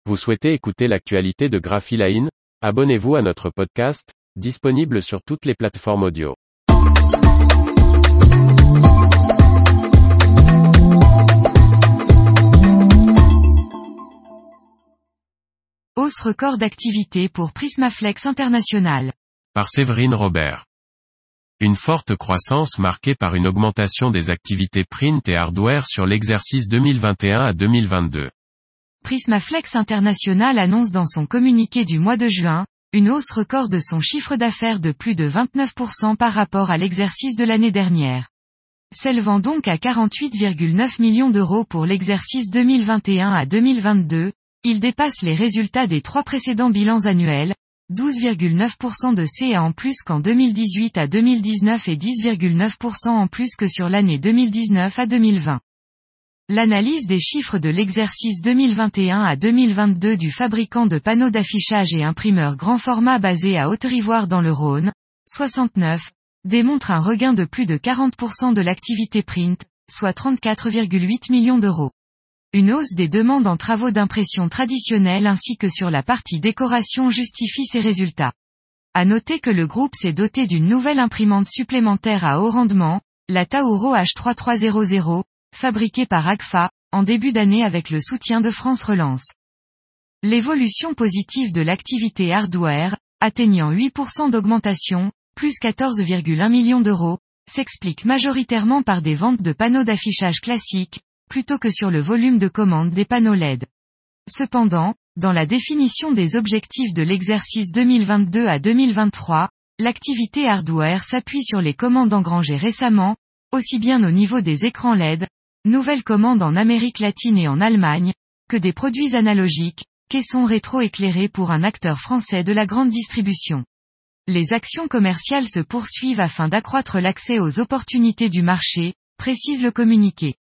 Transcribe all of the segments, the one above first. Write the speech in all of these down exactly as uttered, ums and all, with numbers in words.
Vous souhaitez écouter l'actualité de Graphiline? Abonnez-vous à notre podcast, disponible sur toutes les plateformes audio. Hausse record d'activité pour Prismaflex International. Par Séverine Robert. Une forte croissance marquée par une augmentation des activités print et hardware sur l'exercice deux mille vingt et un à deux mille vingt-deux. Prismaflex International annonce dans son communiqué du mois de juin, une hausse record de son chiffre d'affaires de plus de vingt-neuf pour cent par rapport à l'exercice de l'année dernière. S'élevant donc à quarante-huit virgule neuf millions d'euros pour l'exercice deux mille vingt et un à deux mille vingt-deux, il dépasse les résultats des trois précédents bilans annuels, douze virgule neuf pour cent de C A en plus qu'en deux mille dix-huit à deux mille dix-neuf et dix virgule neuf pour cent en plus que sur l'année deux mille dix-neuf à deux mille vingt. L'analyse des chiffres de l'exercice deux mille vingt et un à deux mille vingt-deux du fabricant de panneaux d'affichage et imprimeur grand format basé à Haute-Rivoire dans le Rhône, soixante-neuf, démontre un regain de plus de quarante pour cent de l'activité print, soit trente-quatre virgule huit millions d'euros. Une hausse des demandes en travaux d'impression traditionnels ainsi que sur la partie décoration justifie ces résultats. À noter que le groupe s'est doté d'une nouvelle imprimante supplémentaire à haut rendement, la Tauro H trois trois zéro zéro, fabriquée par Agfa, en début d'année avec le soutien de France Relance. L'évolution positive de l'activité hardware, atteignant huit pour cent d'augmentation, plus quatorze virgule un millions d'euros, s'explique majoritairement par des ventes de panneaux d'affichage classiques, plutôt que sur le volume de commandes des panneaux L E D. Cependant, dans la définition des objectifs de l'exercice deux mille vingt-deux à deux mille vingt-trois, l'activité hardware s'appuie sur les commandes engrangées récemment, aussi bien au niveau des écrans L E D, nouvelles commandes en Amérique latine et en Allemagne, que des produits analogiques, caissons rétro-éclairés pour un acteur français de la grande distribution. Les actions commerciales se poursuivent afin d'accroître l'accès aux opportunités du marché, précise le communiqué.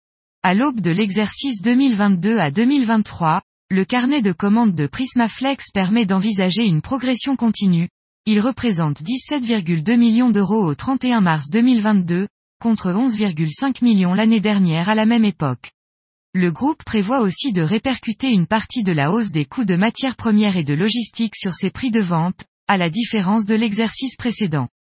À l'aube de l'exercice deux mille vingt-deux à deux mille vingt-trois, le carnet de commandes de Prismaflex permet d'envisager une progression continue. Il représente dix-sept virgule deux millions d'euros au trente et un mars deux mille vingt-deux, contre onze virgule cinq millions l'année dernière à la même époque. Le groupe prévoit aussi de répercuter une partie de la hausse des coûts de matières premières et de logistique sur ses prix de vente, à la différence de l'exercice précédent.